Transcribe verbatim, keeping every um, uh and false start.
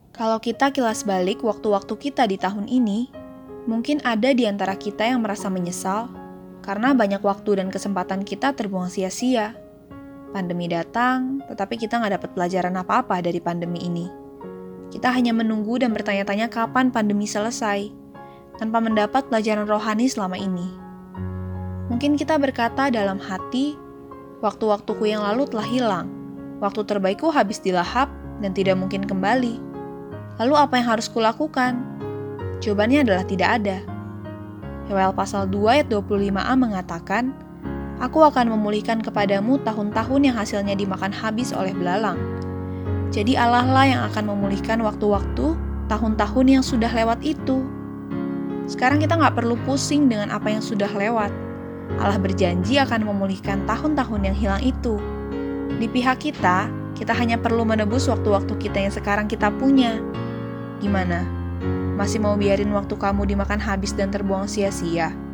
Kalau kita kilas balik waktu-waktu kita di tahun ini, mungkin ada di antara kita yang merasa menyesal karena banyak waktu dan kesempatan kita terbuang sia-sia. Pandemi datang, tetapi kita nggak dapat pelajaran apa-apa dari pandemi ini. Kita hanya menunggu dan bertanya-tanya kapan pandemi selesai, tanpa mendapat pelajaran rohani selama ini. Mungkin kita berkata dalam hati, waktu-waktuku yang lalu telah hilang, waktu terbaikku habis dilahap dan tidak mungkin kembali. Lalu apa yang harus kulakukan? Jawabannya adalah tidak ada. Yoel pasal dua ayat dua puluh lima a mengatakan, Aku akan memulihkan kepadamu tahun-tahun yang hasilnya dimakan habis oleh belalang. Jadi Allah lah yang akan memulihkan waktu-waktu, tahun-tahun yang sudah lewat itu. Sekarang kita nggak perlu pusing dengan apa yang sudah lewat. Allah berjanji akan memulihkan tahun-tahun yang hilang itu. Di pihak kita, kita hanya perlu menebus waktu-waktu kita yang sekarang kita punya. Gimana? Masih mau biarin waktu kamu dimakan habis dan terbuang sia-sia?